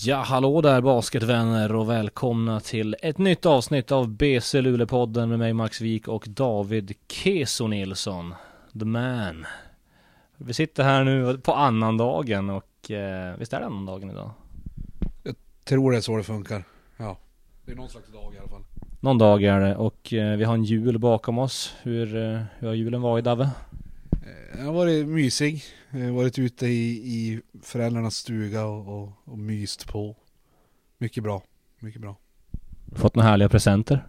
Ja, hallå där basketvänner och välkomna till ett nytt avsnitt av BC Luleå-podden med mig Max Wik och David Keso Nilsson, the man. Vi sitter här nu på annandagen och visst är det annandagen idag? Jag tror det är så det funkar. Ja, det är någon slags dag i alla fall. Någon dag är det och vi har en jul bakom oss. Hur har julen varit, Dave? Jag har varit mysig. Jag har varit ute i föräldrarnas stuga och myst på. Mycket bra, mycket bra. Fått några härliga presenter?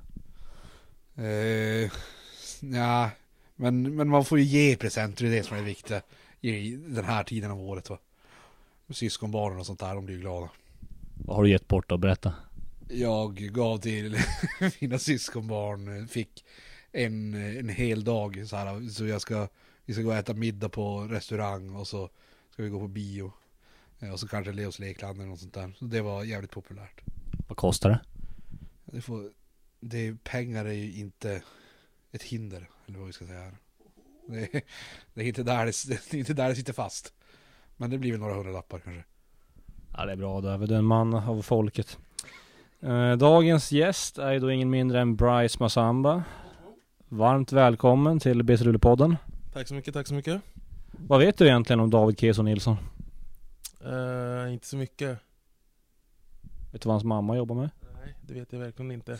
Ja, men man får ju ge presenter, det är det som är det viktiga i den här tiden av året, va. Syskonbarnen och sånt där, de blir ju glada. Vad har du gett bort då? Berätta. Jag gav till mina syskonbarn, fick en hel dag så här, så vi ska gå och äta middag på restaurang och så ska vi gå på bio och så kanske Leos lekland eller något sånt där. Så det var jävligt populärt. Vad kostar det? Pengar är ju inte ett hinder, eller vad vi ska säga här. Det är inte där det sitter fast. Men det blir väl några hundralappar kanske. Ja, det är bra, David. Du är en man av folket. Dagens gäst är ju då ingen mindre än Bryce Masamba. Varmt välkommen till BC Luleå-podden. Tack så mycket, tack så mycket. Vad vet du egentligen om David Keso Nilsson? Inte så mycket. Vet du vad hans mamma jobbar med? Nej, det vet jag verkligen inte.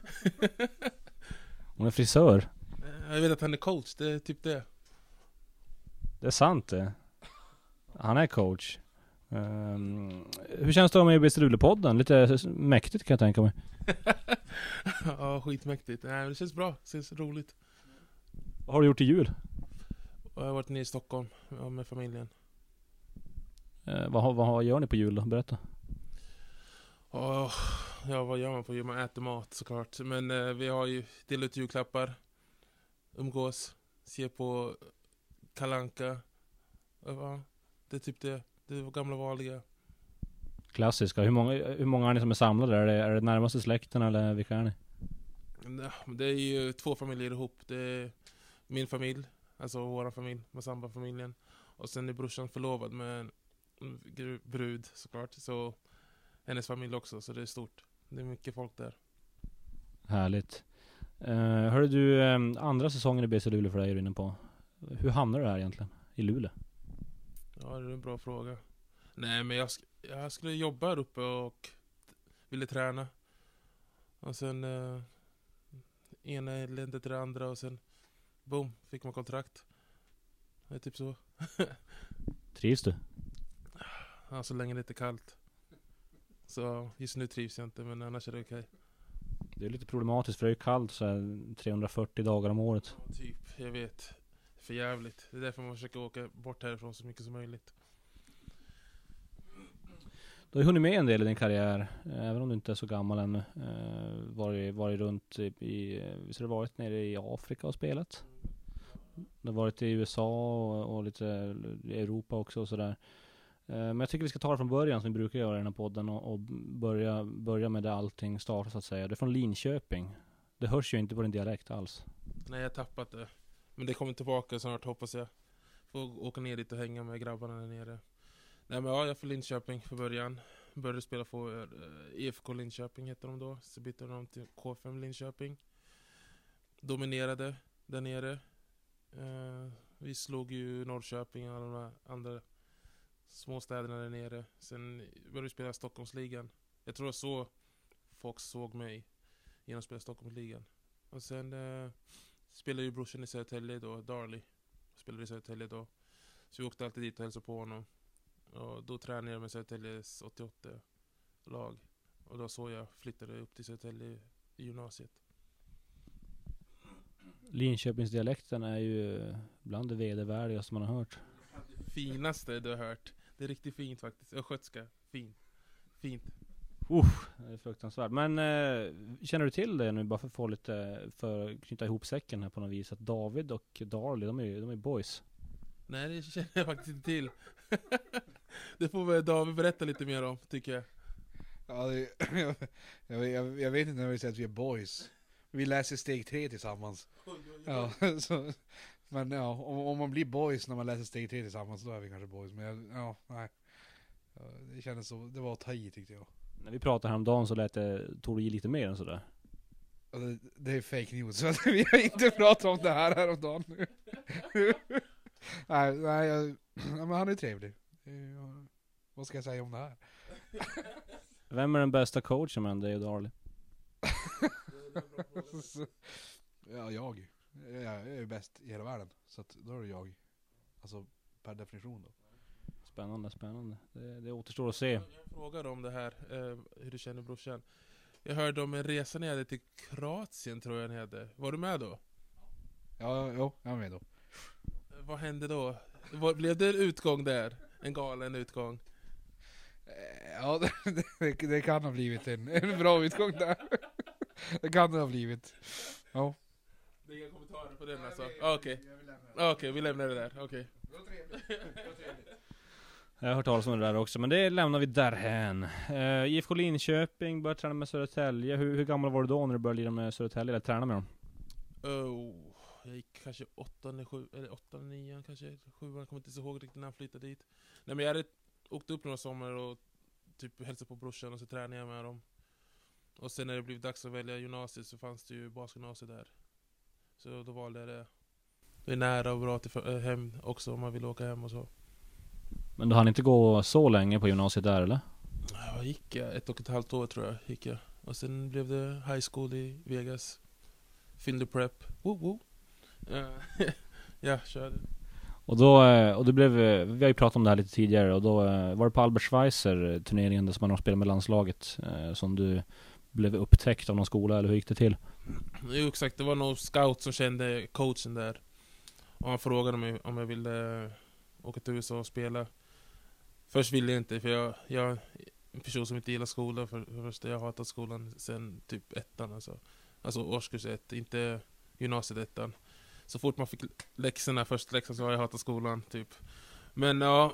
Hon är frisör. Jag vet att han är coach, det är typ det. Det är sant det. Han är coach. Hur känns det med i BC Luleå-podden? Lite mäktigt kan jag tänka mig. Ja, skitmäktigt. Nej, det känns bra, det känns roligt. Vad har du gjort i jul? Jag har varit nere i Stockholm med familjen. Vad gör ni på jul då? Berätta. Ja, vad gör man på jul? Man äter mat såklart. Men vi har ju delat ut julklappar. Umgås. Se på Kalle Anka. Ja, det är typ det. Det var gamla vanliga. Klassiska. Hur många är ni som är samlade? Är det närmaste släkten eller vilka är ni? Det är ju 2 familjer ihop. Det är min familj, alltså våra familj, Masamba-familjen. Och sen är brorsan förlovad med en brud såklart. Så hennes familj också, så det är stort. Det är mycket folk där. Härligt. Hörde du, andra säsongen i BC Luleå för dig är du inne på. Hur hamnar du här egentligen? I Luleå? Ja, det är en bra fråga. Nej, men jag skulle jobba här uppe och ville träna. Och sen ena ledde till det andra och sen boom, fick man kontrakt. Det är typ så. Trivs du? Ja, så länge det inte är kallt. Så just nu trivs jag inte, men annars är det okej. Det är lite problematiskt för det är kallt så här 340 dagar om året. Ja, typ, jag vet. För jävligt. Det är därför man försöker åka bort härifrån så mycket som möjligt. Du har hunnit med en del i din karriär, även om du inte är så gammal ännu. Varit runt visst har du varit nere i Afrika och spelat? Du har varit i USA och lite i Europa också och sådär. Men jag tycker vi ska ta det från början som vi brukar göra i den här podden och börja med där allting startar så att säga. Du är från Linköping. Det hörs ju inte på din dialekt alls. Nej, jag har tappat det. Men det kommer tillbaka snart, hoppas jag. Får åka ner dit och hänga med grabbarna där nere. Nej, men ja, jag är från Linköping för början. Började spela för IFK Linköping heter de då. Så bytte de till K5 Linköping. Dominerade där nere. Vi slog ju Norrköping och alla de här andra småstäderna där nere. Sen började vi spela Stockholmsligan. Jag tror det var så folk såg mig genom att spela Stockholmsligan. Och sen spelade ju brorsan i Södertälje då, Darley. Spelade i Södertälje då. Så vi åkte alltid dit och hälsade på honom. Och då tränade jag med Södertäljes 88-lag. Och då så jag flyttade upp till Södertälje i gymnasiet. Linköpingsdialekten är ju bland det vedervärdigaste man har hört. Det finaste du har hört. Det är riktigt fint faktiskt. Östgötska. Fint. Det är fruktansvärt. Men känner du till det nu bara för att få lite, för att knyta ihop säcken här på något vis, att David och Darley, de är boys? Nej, det känner jag faktiskt inte till. Det får väl David berätta lite mer om, tycker jag. Ja, jag vet inte när vi säger att vi är boys. Vi läser steg 3 tillsammans. Ja, så, men ja, om man blir boys när man läser steg 3 tillsammans, då är vi kanske boys. Men nej. Det kändes så, det var att ta i tyckte jag. När vi pratade häromdagen så lät det, tog det i lite mer än sådär. Det är fake news, så att vi har inte pratat om det här häromdagen. nej, men han är trevlig. Vad ska jag säga om det här? Vem är den bästa coachen mellan dig och Darley? Ja, jag är bäst i hela världen. Så att då är det jag. Alltså per definition då. Spännande. Det återstår att se. Jag frågade om det här, hur du känner brorsan. Jag hörde om en resa ni hade till Kroatien, tror jag ni hade. Var du med då? Ja, jag är med då. Vad hände då? Blev det en utgång där? En galen utgång? Ja, det kan ha blivit en bra utgång där. Det kan det ha blivit. Ja. Det är inga kommentarer på den alltså? Okej, vi lämnar det där. Okej. Jag har hört talas om det där också, men det lämnar vi därhän. IFK Linköping började träna med Södertälje. Hur gammal var du då när du började lira med Södertälje eller träna med dem? Jag gick kanske 8-9 kanske 7, jag kommer inte så ihåg riktigt när jag flyttade dit. Nej, men jag hade åkt upp några sommar och typ hälsade på brorsan och så tränade jag med dem. Och sen när det blev dags att välja gymnasiet så fanns det ju basgymnasiet där. Så då valde jag det. Det är nära och bra till hem också om man vill åka hem och så. Men du hann inte gå så länge på gymnasiet där eller? Jag gick 1,5 år tror jag gick jag. Och sen blev det high school i Vegas. Fyllde prep. Woo. Ja, körde. Och det blev, vi har ju pratat om det här lite tidigare, och då var det på Albert Schweitzer turneringen där som man har spelat med landslaget som du blev upptäckt av någon skola, eller hur gick det till? Jo, exakt, det var någon scout som kände coachen där. Och han frågade mig om jag ville åka till USA och spela. Först ville jag inte, för jag är en person som inte gillar skolan. För först, jag har hatat skolan sen typ 1:an alltså årskurs 1, inte gymnasiet 1:an. Så fort man fick läxorna, först läxan, så har jag hatat skolan typ. Men ja,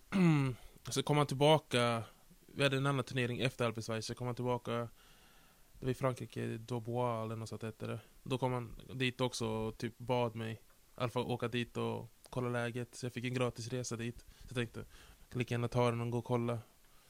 så kom han tillbaka. Vi hade en annan turnering efter Albert Schweitzer. Så kom han tillbaka. Det var i Frankrike, Daubois eller något sånt hette det. Då kom han dit också och typ bad mig i alla fall åka dit och kolla läget. Så jag fick en gratis resa dit. Så jag tänkte, jag kan lika gärna ta den och gå och kolla.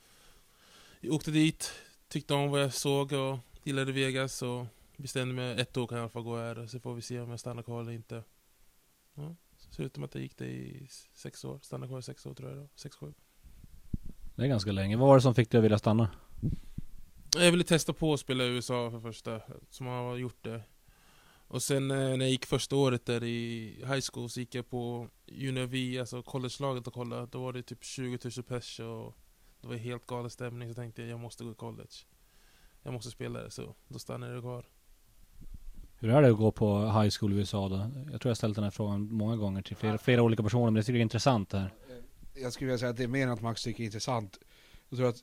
Jag åkte dit, tyckte om vad jag såg och gillade Vegas och bestämde mig 1 år kan jag i alla fall gå här. Så får vi se om jag stannar kvar eller inte. Ja, så ser det ut som att det gick det i 6 år. Stannar kvar i 6 år tror jag då. 6-7. Det är ganska länge. Vad var det som fick dig att vilja stanna? Jag ville testa på att spela i USA för första, som jag har gjort det. Och sen när jag gick första året där i high school så gick jag på UNLV, alltså college-laget och kolla. Då var det typ 20 000 pers och det var helt galen stämning. Så tänkte jag måste gå i college. Jag måste spela det, så då stannade jag kvar. Hur är det att gå på high school i USA då? Jag tror jag ställt den här frågan många gånger till flera olika personer, men jag tycker det är intressant det här. Jag skulle vilja säga att det är mer än att Max tycker är intressant. Jag tror att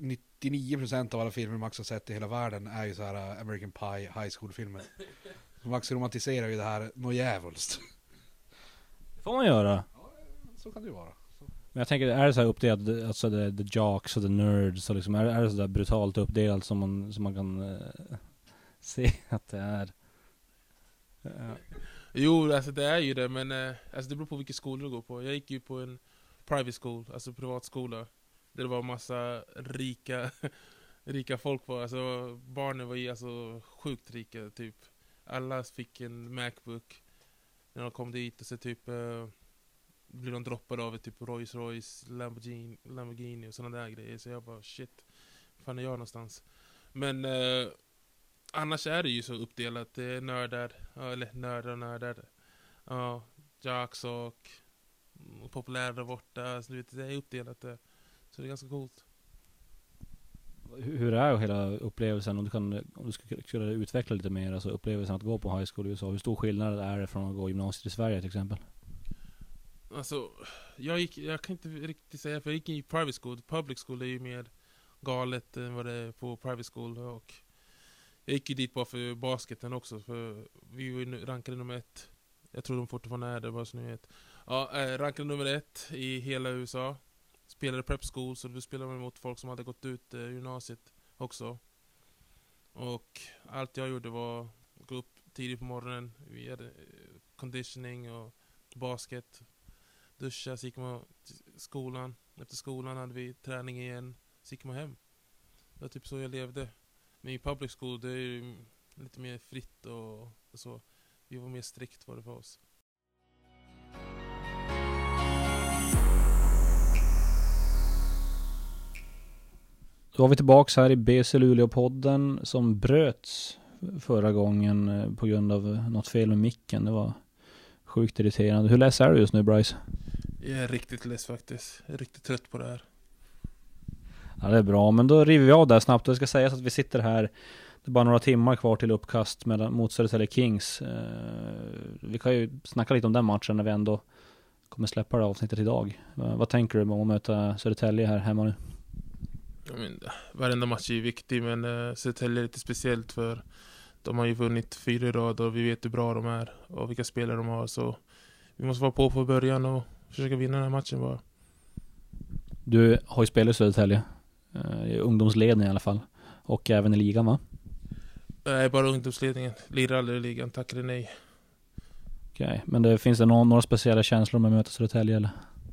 99% av alla filmer Max har sett i hela världen är ju så här American Pie high school-filmer. Max romantiserar ju det här något jävulst. Det får man göra. Ja, så kan det ju vara. Men jag tänker, är det så här uppdelat, alltså the jocks och the nerds och liksom, är det så där brutalt uppdelat som man kan se att det är? Jo, alltså det är ju det, men alltså det beror på vilken skola du går på. Jag gick ju på en private school, alltså privatskola. Där det var massa rika folk på. Alltså barnen var ju alltså sjukt rika typ. Alla fick en MacBook när de kom dit, och så typ blev de droppade av ett typ Rolls-Royce, Lamborghini och sådana där grejer. Så jag bara shit, vad fan är jag någonstans? Men annars är det ju så uppdelat. Det är nördar, eller nördar. Ja, jocks och populära där borta. Så du vet, det är uppdelat det. Så det är ganska coolt. Hur är hela upplevelsen, om du skulle utveckla lite mer, alltså upplevelsen att gå på high school i USA? Hur stor skillnad är det från att gå gymnasiet i Sverige till exempel? Alltså, jag kan inte riktigt säga, för jag gick i private school. Public school är ju mer galet än vad det är på private school. Och jag gick ju dit bara för basketen också, för vi var ju rankade nummer 1. Jag tror de fortfarande är det, bara så ni vet. Ja, rankade nummer 1 i hela USA. Spelade prep school, så du spelade mot folk som hade gått ut gymnasiet också. Och allt jag gjorde var att gå upp tidigt på morgonen. Vi hade conditioning och basket. Duscha, så gick man till skolan. Efter skolan hade vi träning igen. Så gick man hem. Det var typ så jag levde. Men i public school det är ju lite mer fritt och så. Vi var mer strikt var det för oss. Då var vi tillbaka här i BC Luleå-podden som bröts förra gången på grund av något fel med micken. Det var sjukt irriterande. Hur less är du just nu, Bryce? Jag är riktigt less faktiskt. Jag är riktigt trött på det här. Ja, det är bra. Men då river vi av där snabbt. Det ska sägas att vi sitter här. Det är bara några timmar kvar till uppkast mot Södertälje Kings. Vi kan ju snacka lite om den matchen när vi ändå kommer släppa det avsnittet idag. Vad tänker du om att möta Södertälje här hemma nu? Varenda match är viktig, men Södertälje är lite speciellt för de har ju vunnit 4 i rad och vi vet hur bra de är och vilka spelare de har, så vi måste vara på början och försöka vinna den här matchen bara. Du har ju spelat i Södertälje i ungdomsledningen i alla fall och även i ligan, va? Nej, bara ungdomsledningen. Lirar aldrig i ligan, tackar nej. Okej, men finns det några speciella känslor med att möta Södertälje eller?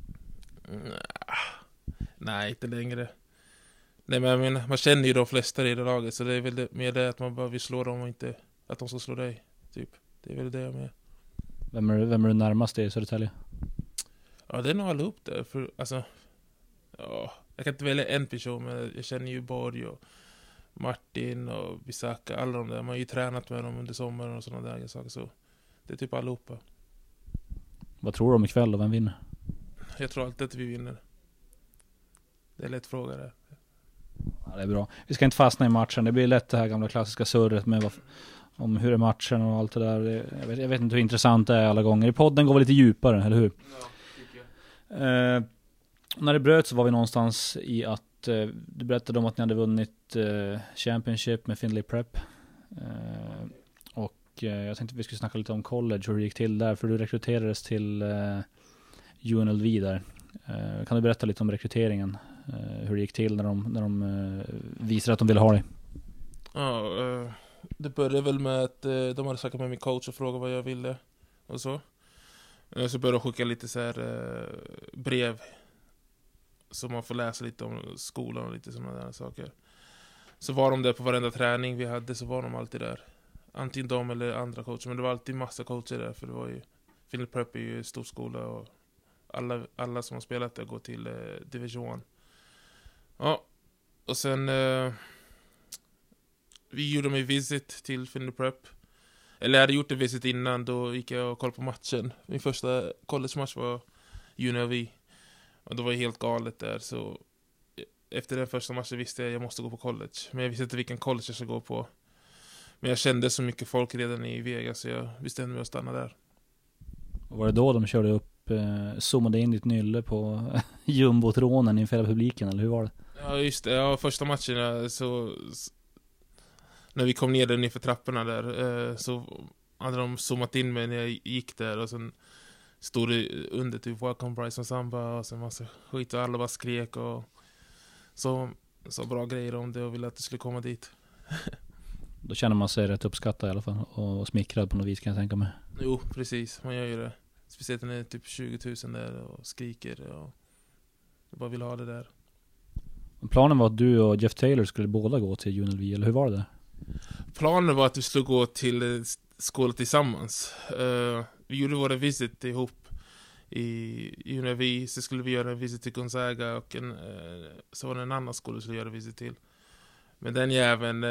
Nej, inte längre. Nej, men jag menar, man känner ju de flesta i det laget, så det är väl mer det att man bara vill slå dem och inte att de ska slå dig, typ. Det är väl det jag med. Vem är du närmast i Södertälje? Ja, det är nog allihop där. För, alltså, ja, jag kan inte välja en person, men jag känner ju Borg och Martin och Bisaka, alla de där. Man har ju tränat med dem under sommaren och sådana där saker, så det är typ allihopa. Vad tror du om ikväll och vem vinner? Jag tror alltid att vi vinner. Det är lätt fråga där. Ja, det är bra. Vi ska inte fastna i matchen. Det blir lätt det här gamla klassiska surret med om hur är matchen och allt det där. Jag vet inte hur intressant det är alla gånger. I podden går vi lite djupare, eller hur? Ja, tycker jag. När det bröt så var vi någonstans i att du berättade om att ni hade vunnit Championship med Findlay Prep. Och jag tänkte att vi skulle snacka lite om college, hur det gick till där. För du rekryterades till UNLV där. Kan du berätta lite om rekryteringen? Hur det gick till när de visade att de ville ha dig? Ja, det började väl med att de hade snackat med min coach och frågat vad jag ville och så. Så började de skicka lite så här brev så man får läsa lite om skolan och lite sådana där saker. Så var de där på varenda träning vi hade, så var de alltid där. Antingen de eller andra coacher, men det var alltid massa coacher där, för det var ju Findlay Prep är ju en stor skola och alla som har spelat där går till Division 1. Ja, och sen vi gjorde en visit till Findlay Prep. Eller jag hade gjort en visit innan, då gick jag och kollade på matchen. Min första college-match var UNLV. Och då var jag helt galet där, så efter den första matchen visste jag att jag måste gå på college. Men jag visste inte vilken college jag skulle gå på. Men jag kände så mycket folk redan i Vegas, så jag bestämde mig att stanna där. Och var det då de körde upp, zoomade in ditt nylle på jumbotrånen inför hela publiken, eller hur var det? Ja, just det. Ja, första matchen så när vi kom ner där inför trapporna där, så hade de zoomat in mig när jag gick där, och sen stod det under typ Welcome Bryson Samba och sen massa skit och alla bara skrek och så bra grejer om det och ville att du skulle komma dit. Då känner man sig rätt uppskattad i alla fall och smickrad på något vis, kan jag tänka mig. Jo, precis. Man gör ju det. Speciellt när det är typ 20 000 där och skriker och jag bara vill ha det där. Planen var att du och Jeff Taylor skulle båda gå till UNLV, eller hur var det där? Planen var att vi skulle gå till skolan tillsammans. Vi gjorde våra visit ihop i UNLV, så skulle vi göra en visit till Gonzaga och så var det en annan skola vi skulle göra visit till. Men den jäveln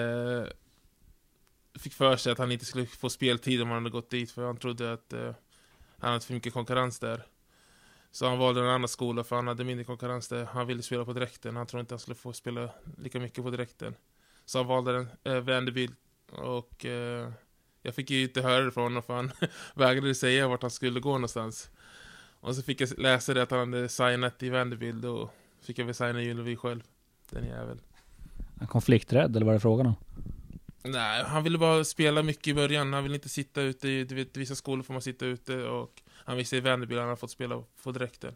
fick för sig att han inte skulle få speltid om han hade gått dit, för han trodde att han hade för mycket konkurrens där. Så han valde en annan skola för han hade mindre konkurrens där. Han ville spela på direkten. Han trodde inte han skulle få spela lika mycket på direkten. Så han valde den Vanderbilt. Och jag fick ju inte höra det från honom, för han vägrade säga vart han skulle gå någonstans. Och så fick jag läsa det att han hade signat i Vanderbilt. Och fick jag väl signa i UNLV själv. Den jävel. En konflikträdd, eller vad är det frågan om? Nej, han ville bara spela mycket i början. Han ville inte sitta ute. Du vet, vissa skolor får man sitta ute. Och han visste i Vanderbilt han hade fått spela på direkten.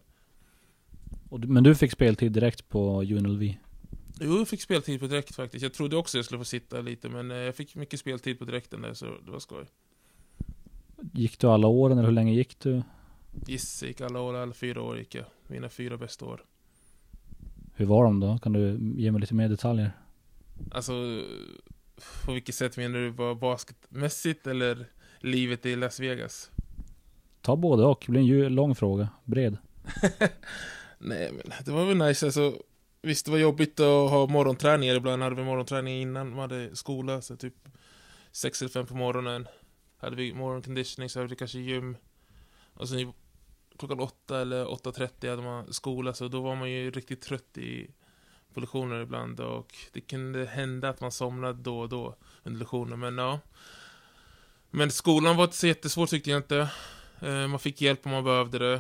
Men du fick speltid direkt på UNLV? Jo, jag fick speltid på direkt faktiskt. Jag trodde också jag skulle få sitta lite, men jag fick mycket speltid på direkten där, så det var skoj. Gick du alla åren, eller hur länge gick du? Gick alla år, alla 4 år gick jag. Mina 4 bästa år. Hur var de då? Kan du ge mig lite mer detaljer? Alltså, på vilket sätt menar du? Bara basketmässigt eller livet i Las Vegas? Ta både och. Det blir en lång fråga. Bred. Nej, men det var väl nice. Alltså, visst, det var jobbigt att ha morgonträningar. Ibland hade vi morgonträning innan man hade skola. Så typ 6 eller 5 på morgonen hade vi morgonconditioning, så hade vi kanske gym. Och sen klockan 8 eller 8:30 hade man skola. Så då var man ju riktigt trött på lektioner ibland. Och det kunde hända att man somnade då och då under lektioner. Men ja. Men skolan var inte så jättesvårt, tyckte jag inte. Man fick hjälp om man behövde det.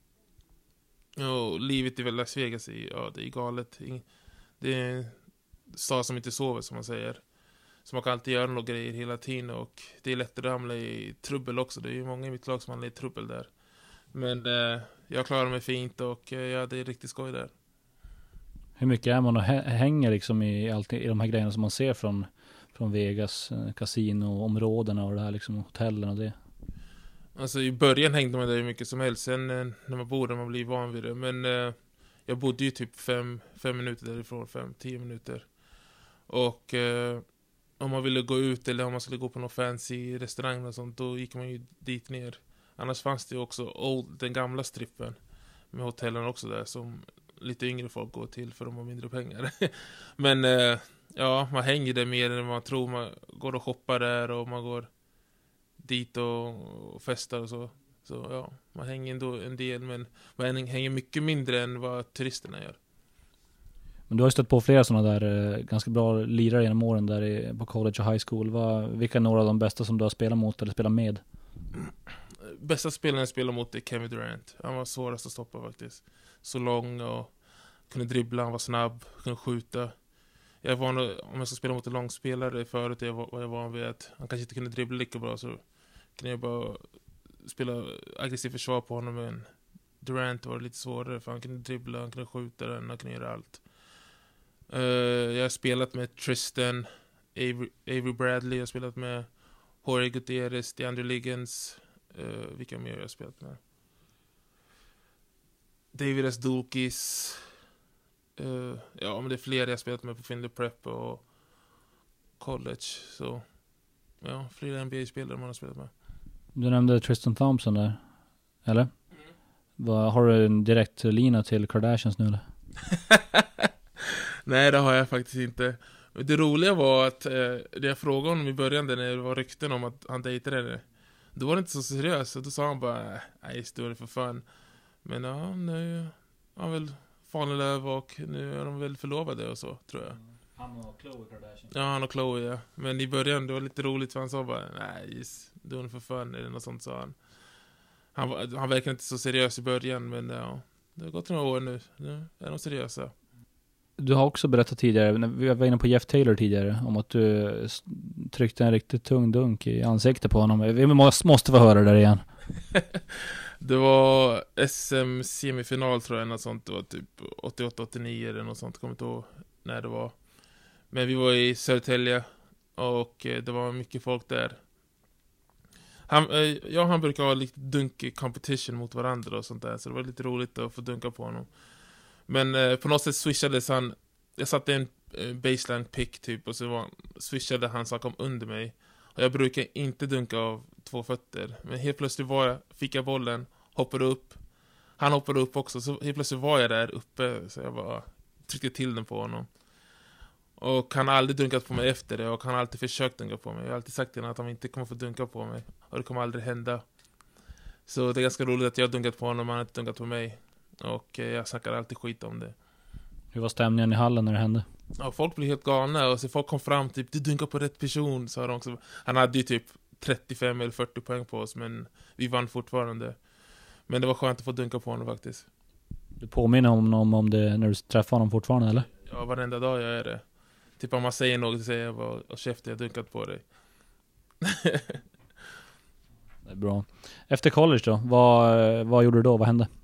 Och livet i Las Vegas det är galet. Det är en stad som inte sover, som man säger. Så man kan alltid göra några grejer hela tiden. Och det är lätt att ramla i trubbel också. Det är ju många i mitt lag som hamnar i trubbel där. Men jag klarar mig fint och det är riktigt skoj där. Hur mycket är man och hänger liksom i de här grejerna som man ser från Vegas, kasinoområdena och det här liksom, hotellen och det? Alltså i början hängde man där mycket som helst. Sen när man bor där, man blir van vid det. Men jag bodde ju typ 5 minuter därifrån, 5-10 minuter. Och om man ville gå ut eller om man skulle gå på någon fancy restaurang och sånt, då gick man ju dit ner. Annars fanns det ju också den gamla strippen med hotellen också där, som lite yngre folk går till för de har mindre pengar. Men ja, man hänger där mer än man tror. Man går och shoppar där och man går dit och festar och så. Så ja, man hänger ändå en del, men man hänger mycket mindre än vad turisterna gör. Men du har ju stött på flera sådana där ganska bra lirare genom åren där på college och high school. Vilka är några av de bästa som du har spelat mot eller spelat med? Bästa spelaren jag spelade mot är Kevin Durant. Han var svårast att stoppa faktiskt. Så lång och kunde dribbla, han var snabb, kunde skjuta. Om jag ska spela mot en lång spelare förut, var jag van vid att han kanske inte kunde dribbla lika bra, så kunde jag bara spela aggressiv försvar på honom. Men Durant var lite svårare, för han kunde dribbla, han kunde skjuta den, han kunde göra allt. Jag har spelat med Tristan, Avery Bradley, jag har spelat med Jorge Gutierrez, DeAndre Liggins, vilka mer jag har spelat med? David S. Dulkis. Ja, men det är fler jag har spelat med på Findlay Prep och college. Så ja, fler NBA-spelare man har spelat med. Du nämnde Tristan Thompson där, eller? Har du en direkt lina till Kardashians nu eller? Nej, det har jag faktiskt inte. Det roliga var att det jag frågade honom i början när det var rykten om att han dejtade henne, då var det inte så seriöst. Då sa han bara, nej, just det för fan. Men ja, nu är han väl Fanelöv och nu är de väl förlovade och så, tror jag. Han och Khloe Kardashian. Ja, han och Khloe, ja. Men i början, det var lite roligt för han sa bara, nej, du är för fan, eller något sånt, sa han. Han verkar inte så seriös i början, men ja, det har gått några år nu är de seriösa. Du har också berättat tidigare, vi var inne på Jeff Taylor tidigare, om att du tryckte en riktigt tung dunk i ansiktet på honom. Vi måste få höra det där igen. Det var SM-semifinal, tror jag, något sånt. Det var typ 88-89 eller något sånt, kommer inte ihåg när det var. Men vi var i Södertälje och det var mycket folk där. Han brukar ha lite dunk-competition mot varandra och sånt där, så det var lite roligt att få dunka på honom. Men på något sätt swishades han. Jag satte en baseline pick typ, och så swishade han så han kom under mig. Och jag brukar inte dunka av 2 fötter, men helt plötsligt fick jag bollen, hoppade upp. Han hoppade upp också, så helt plötsligt var jag där uppe, så jag bara tryckte till den på honom. Och han har aldrig dunkat på mig efter det, och han har alltid försökt dunka på mig. Jag har alltid sagt till honom att han inte kommer få dunka på mig, och det kommer aldrig hända. Så det är ganska roligt att jag har dunkat på honom och han har inte dunkat på mig. Och jag snackar alltid skit om det. Hur var stämningen i hallen när det hände? Ja, folk blev helt galna, och så folk kom fram typ, du dunkar på rätt person, sa de också. Han hade ju typ 35 eller 40 poäng på oss, men vi vann fortfarande. Men det var skönt att få dunka på honom faktiskt. Du påminner honom om det när du träffar honom fortfarande, eller? Ja, varenda dag jag är det. Typ om man säger något, så säger jag bara, och käften, jag dunkat på dig. Det är bra. Efter college då, vad gjorde du då? Vad hände?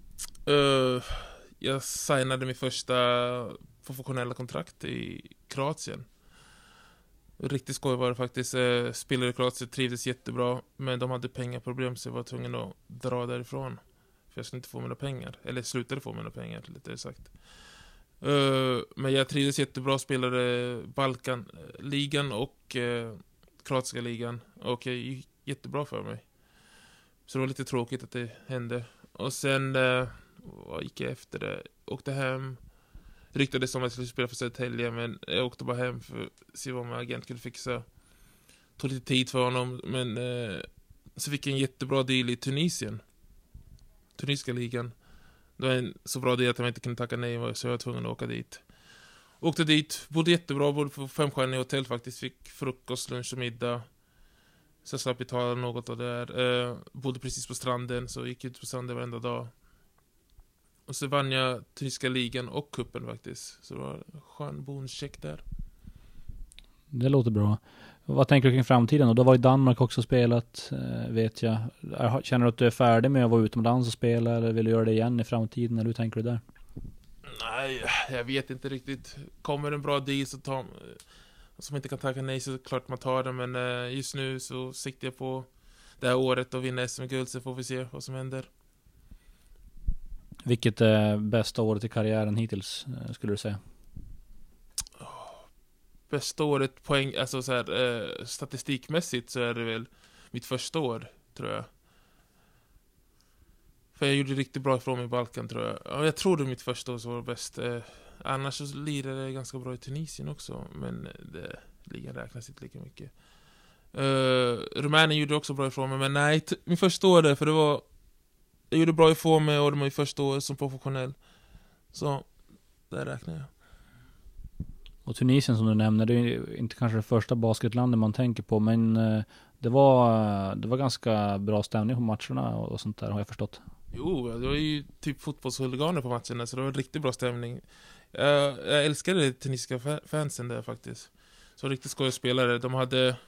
Jag signade min första professionella kontrakt i Kroatien. Riktigt skoj var det faktiskt. Spelare i Kroatien trivdes jättebra, men de hade pengaproblem, så jag var tvungen att dra därifrån. För jag skulle inte få mina pengar. Eller slutade få mina pengar, lite sagt. Men jag trivdes jättebra, spelade Balkanligan och kroatiska ligan. Och det gick jättebra för mig. Så det var lite tråkigt att det hände. Och sen vad gick jag efter det? Åkte hem. Ryktades som att jag skulle spela för Södertälje, men jag åkte bara hem för att se vad min agent kunde fixa. Tog lite tid för honom, men så fick jag en jättebra deal i Tunisien. Tunisiska ligan. Det var en så bra deal att jag inte kunde tacka nej, så jag var tvungen att åka dit. Åkte dit, bodde jättebra, bodde på 5-stjärniga hotell faktiskt. Fick frukost, lunch och middag. Så jag slapp betala något av det där. Bodde precis på stranden, så gick ut på stranden varenda dag. Och så vann jag Tunisiska ligan och kuppen faktiskt. Så det var en skön boncheck där. Det låter bra. Vad tänker du kring framtiden? Och då var i Danmark också spelat, vet jag. Känner du att du är färdig med att vara utomlands och spela, eller vill du göra det igen i framtiden? Eller hur tänker du där? Nej, jag vet inte riktigt. Kommer en bra deal så som inte kan tacka nej, så klart man tar det. Men just nu så siktar jag på det här året och vinna SM-guld, så får vi se vad som händer. Vilket är bästa året i karriären hittills, skulle du säga? Bästa året poäng, alltså så här, statistikmässigt så är det väl mitt första år, tror jag. För jag gjorde riktigt bra ifrån mig i Balkan, tror jag. Ja, jag tror det mitt första år så var det bäst. Annars så lirade jag ganska bra i Tunisien också, men ligan räknas inte lika mycket. Rumänien gjorde också bra ifrån mig, men nej, min första år där, för det var, jag gjorde bra ifrån mig och det var min första år som professionell. Så där räknar jag. Och Tunisien som du nämner, det är ju inte kanske det första basketlandet man tänker på, men det var ganska bra stämning på matcherna och sånt där, har jag förstått. Jo, det var ju typ fotbollshuliganer på matcherna, så det var riktigt bra stämning. Jag älskade det tunisiska fansen där faktiskt. Så riktigt skoj spelare. De hade,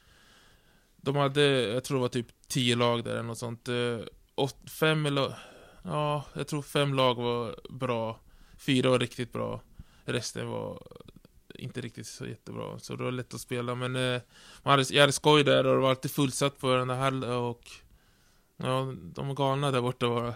jag tror det var typ 10 lag där eller något sånt. 5 eller, ja, jag tror 5 lag var bra. 4 var riktigt bra. Resten var inte riktigt så jättebra. Så det var lätt att spela. Men jag hade skoj där och det var alltid fullsatt på den här hallen. Och ja, de var galna där borta bara.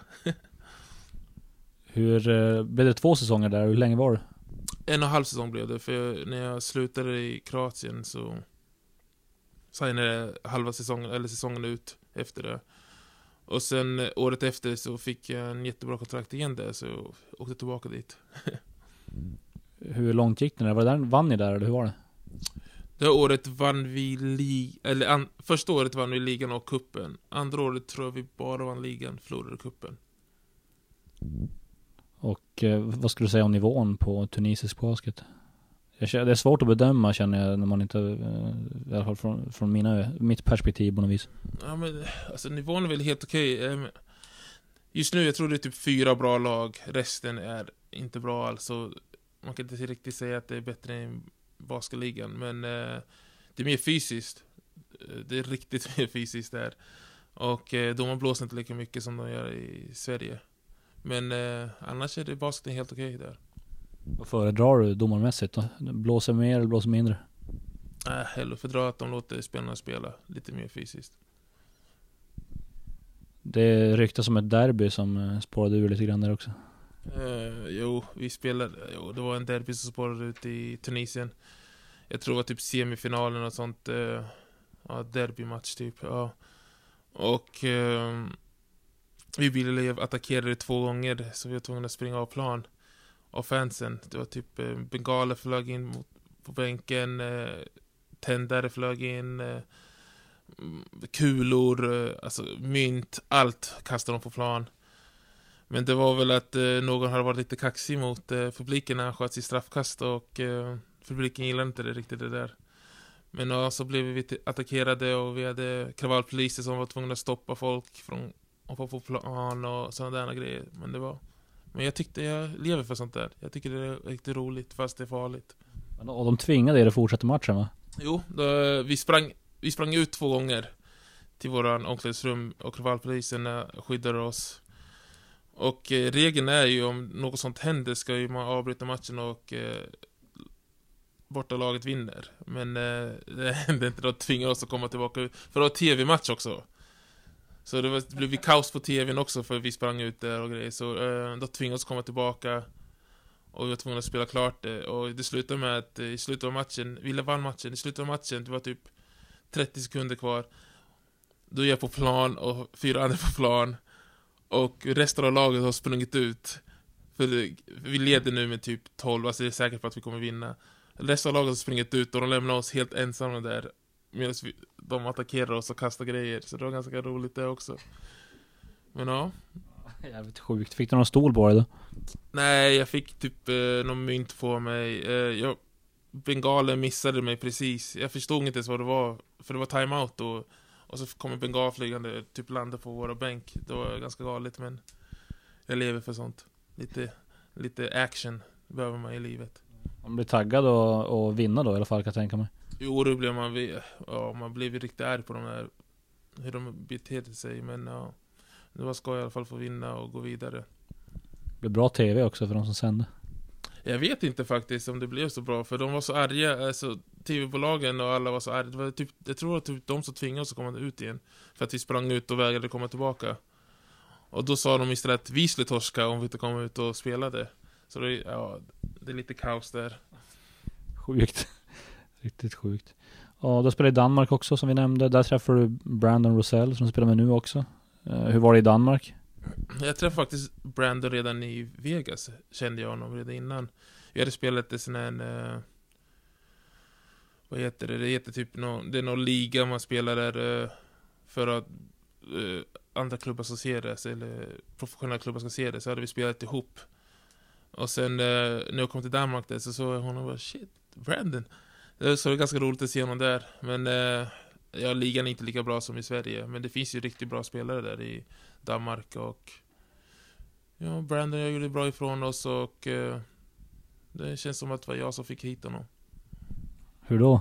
Hur blev det 2 säsonger där? Hur länge var det? 1,5 säsong blev det. För när jag slutade i Kroatien så signade halva säsongen, eller säsongen ut efter det. Och sen året efter så fick jag en jättebra kontrakt igen där, så jag åkte tillbaka dit. Hur långt gick det? Var det där, vann ni där eller hur var det? Det året vann vi första året vann vi ligan och kuppen. Andra året tror jag vi bara vann ligan, förlorade kuppen. Och vad skulle du säga om nivån på tunisisk basket? Det är svårt att bedöma, känner jag, när man inte, i alla fall från mitt perspektiv på något vis. Ja, men alltså nivån är väl helt okej. Just nu jag tror det är typ 4 bra lag. Resten är inte bra, alltså man kan inte riktigt säga att det är bättre än basketligan, men det är mer fysiskt. Det är riktigt mer fysiskt där. Och de blåser inte lika mycket som de gör i Sverige. Men annars är det basketen helt okej där. Vad föredrar du domarmässigt då? Blåser mer eller blåser mindre? Hellre föredrar att de låter spelarna spela lite mer fysiskt. Det ryktas som ett derby som spårade ur lite grann där också. Det var en derby som spårade ut i Tunisien. Jag tror det var typ semifinalen och sånt. Derbymatch typ. Ja. Och vi ville attackera det 2 gånger, så vi var tvungna att springa av plan av fansen. Det var typ bengaler flög in på bänken, tändare flög in, kulor, alltså mynt, allt kastade de på plan. Men det var väl att någon hade varit lite kaxig mot publiken när han sköt sig straffkast, och publiken gillade inte det riktigt det där. Men så blev vi attackerade och vi hade kravallpoliser som var tvungna att stoppa folk från att få på plan och sådana där grejer. Men jag lever för sånt där. Jag tycker det är riktigt roligt fast det är farligt. Och de tvingade er att fortsätta matchen, va? Jo, vi sprang ut 2 gånger till våran omklädningsrum och kravallpoliserna skyddade oss. Och regeln är ju om något sånt händer ska ju man avbryta matchen och bortalaget vinner. Men det hände inte, då tvingade oss att komma tillbaka ut. För det var tv-match också. Så det blev kaos på tvn också för vi sprang ut där och grejer. Så då tvingade oss att komma tillbaka. Och vi var tvungna att spela klart det. Och det slutade med att i slutet av matchen, vi vann matchen, i slutet av matchen, det var typ 30 sekunder kvar. Då är jag på plan och 4 andra på plan. Och resten av laget har sprungit ut. För vi leder nu med typ 12, alltså det är säkert på att vi kommer vinna. Resten av laget har sprungit ut och de lämnar oss helt ensamma där. Medan de attackerar oss och kastar grejer. Så det var ganska roligt det också. Men ja. Jävligt sjukt. Fick du någon stol på dig då? Nej, jag fick typ någon mynt på mig. Bengalen missade mig precis. Jag förstod inte ens vad det var. För det var timeout då. Och så kommer bengal flygande, typ landa på våra bänk. Det var ganska galet, men jag lever för sånt. Lite action behöver man i livet. Man blir taggad och vinna då i alla fall, kan jag tänka mig. Jo, då blev man blev riktigt arg på de här, hur de betedde sig. Men ja, det var skoj i alla fall få vinna och gå vidare. Det blev bra tv också för de som sände. Jag vet inte faktiskt om det blev så bra, för de var så arga, alltså tv-bolagen och alla var så arga. Det var typ, jag tror att typ de som tvingade oss att komma ut igen, för att vi sprang ut och vägrade komma tillbaka. Och då sa de istället att vi skulle torska om vi inte kom ut och spelade. Så det är lite kaos där. Sjukt. Riktigt sjukt. Ja, då spelade i Danmark också som vi nämnde. Där träffade du Brandon Rosell som spelar med nu också. Hur var det i Danmark? Jag träffade faktiskt Brandon redan i Vegas. Kände jag honom redan innan. Jag hade spelat i sån här... vad heter det? Det heter typ det är någon liga man spelar där för att andra klubbar ska se det, eller professionella klubbar ska se det. Så hade vi spelat ihop. Och sen när jag kom till Danmark där, så såg jag honom och bara, shit, Brandon. Så det är ganska roligt att se honom där. Men ligan är inte lika bra som i Sverige. Men det finns ju riktigt bra spelare där i Danmark. Och ja, Brandon jag gjorde bra ifrån oss. Och det känns som att det var jag som fick hit honom. Hur då?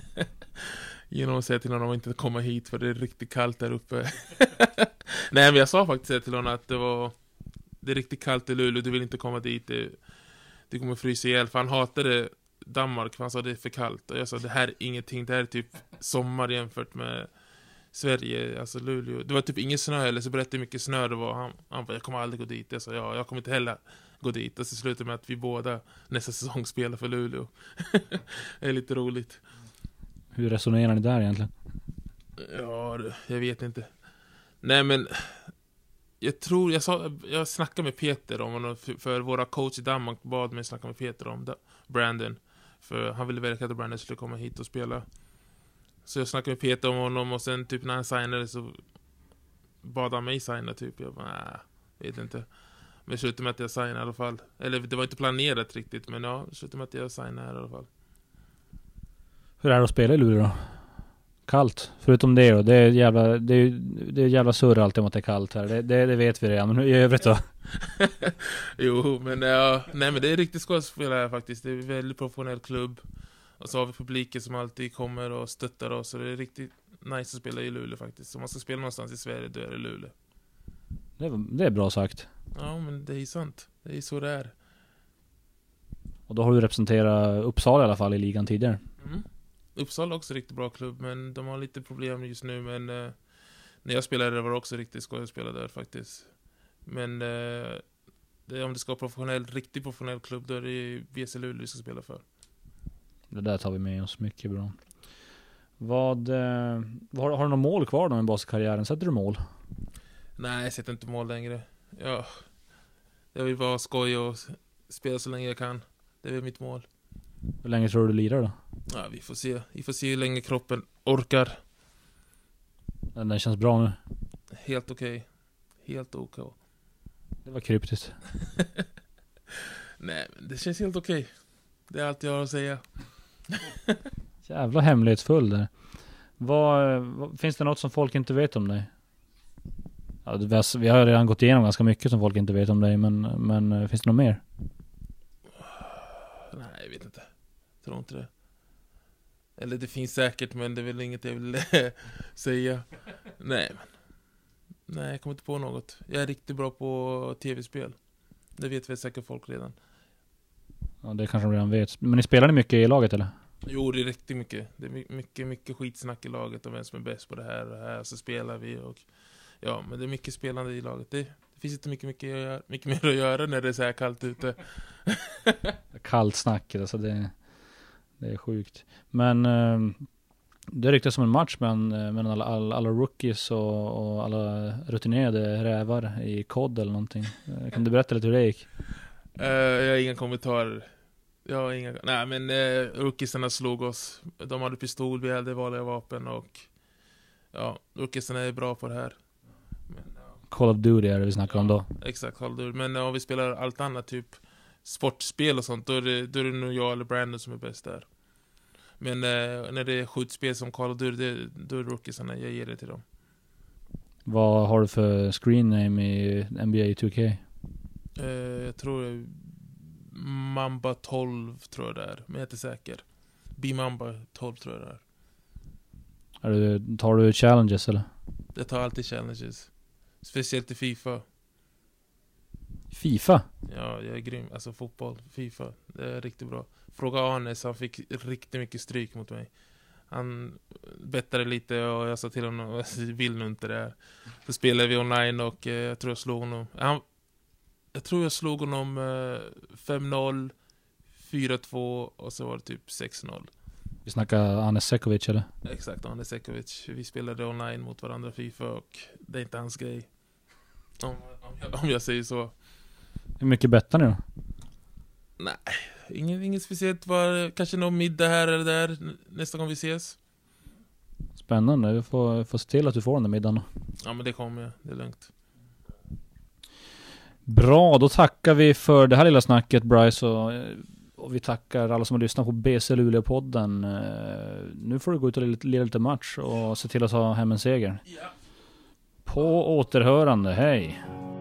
Genom att säga till honom att inte komma hit, för det är riktigt kallt där uppe. Nej, men jag sa faktiskt till honom att det är riktigt kallt i Luleå, du vill inte komma dit, du kommer frysa ihjäl. För han hatade Danmark, för han sa det är för kallt. Och jag sa, det här är ingenting, det här är typ sommar jämfört med Sverige, alltså Luleå. Det var typ ingen snö, eller så berättade hur mycket snö det var. Han bara, jag kommer aldrig gå dit. Jag sa, ja, jag kommer inte heller gå dit. Och så slutade med att vi båda nästa säsong spelar för Luleå. Det är lite roligt. Hur resonerar ni där egentligen? Ja, jag vet inte. Nej, men jag snackade med Peter om honom, för våra coach i Danmark bad mig snacka med Peter om Brandon, för han ville verka att Brandon skulle komma hit och spela. Så jag snackade med Peter om honom, och sen typ när han signade så bad han mig signa typ. Jag bara, vet inte. Men det slutade med att jag signade i alla fall. Eller det var inte planerat riktigt, men ja, det slutade med att jag signade i alla fall. Hur är det att spela i Luleå då? Kallt. Förutom det då. Det är jävla surr alltid om att det är kallt här. Det vet vi redan. Men i övrigt då? Jo, men nej, men det är riktigt skoj att spela här faktiskt. Det är en väldigt professionell klubb. Och så har vi publiken som alltid kommer och stöttar oss. Så det är riktigt nice att spela i Luleå faktiskt. Om man ska spela någonstans i Sverige, då är det Luleå. Det är bra sagt. Ja, men det är sant. Det är så det är. Och då har du representerat Uppsala i alla fall i ligan tidigare. Mm. Uppsala är också riktigt bra klubb, men de har lite problem just nu. Men när jag spelade där var det också riktigt skoj att spela där faktiskt. Men om det ska vara riktigt professionell klubb, då är det VC Luleå vi ska spela för. Det där tar vi med oss mycket bra. Har du några mål kvar då med baskarriären? Sätter du mål? Nej, jag sätter inte mål längre. Ja, jag vill bara skoj och spela så länge jag kan. Det är mitt mål. Hur länge tror du lirar då? Ja, vi får se. Vi får se hur länge kroppen orkar. Den känns bra nu. Helt okej. Helt okej. Det var kryptiskt. Nej, men det känns helt okej. Det är allt jag har att säga. Jävla hemlighetsfull där. Finns det något som folk inte vet om dig? Ja, vi har redan gått igenom ganska mycket som folk inte vet om dig, men finns det något mer? Nej, jag vet inte. Jag tror inte det. Eller det finns säkert, men det är väl inget jag vill säga. Nej, jag kommer inte på något. Jag är riktigt bra på tv-spel. Det vet väl säkert folk redan. Ja, det kanske de redan vet. Men ni spelar mycket i laget eller? Jo, det är riktigt mycket. Det är mycket skitsnack i laget om vem som är bäst på det här och det här. Så spelar vi och ja, men det är mycket spelande i laget. Det finns inte mycket mer att göra när det är så här kallt ute. Kallt snack, alltså det är sjukt. Men det ryktas som en match med alla rookies och alla rutinerade rävar i kod eller någonting. Kan du berätta lite hur det gick? Jag har inga kommentarer. Nej, men rookiesarna slog oss. De hade pistol, vi hade vanliga vapen och ja, rookiesarna är bra på det här. Men, ja. Call of Duty är det vi snackar om då. Exakt, Call of Duty. Men om vi spelar allt annat, typ sportspel och sånt, då är det nog jag eller Brandon som är bäst där. Men när det är skjutspel som Call of Duty, då är rookiesarna, jag ger det till dem. Vad har du för screen name i NBA 2K? Jag tror Mamba 12 tror jag det är, men jag är inte säker. B-Mamba 12 tror jag det är. Tar du challenges eller? Jag tar alltid challenges. Speciellt i FIFA. FIFA? Ja, jag är grym. Alltså fotboll, FIFA, det är riktigt bra. Fråga Arnes, han fick riktigt mycket stryk mot mig. Han bettade lite och jag sa till honom, vill nu inte det här. Så spelade vi online och jag tror jag slog honom. Jag tror jag slog honom 5-0, 4-2 och så var det typ 6-0. Vi snackar Anes Sekovic eller? Exakt, Anes Sekovic. Vi spelade online mot varandra FIFA och det är inte hans grej. Om jag säger så. Hur mycket bettar ni då? Nej, inget speciellt. Kanske någon middag här eller där nästa gång vi ses. Spännande, du får se till att du får den där middagen då. Ja, men det kommer jag, det är lugnt. Bra, då tackar vi för det här lilla snacket, Bryce, och vi tackar alla som har lyssnat på BC Luleå-podden. Nu får du gå ut och lira lite match och se till att ha hem en seger. Ja. På återhörande, hej!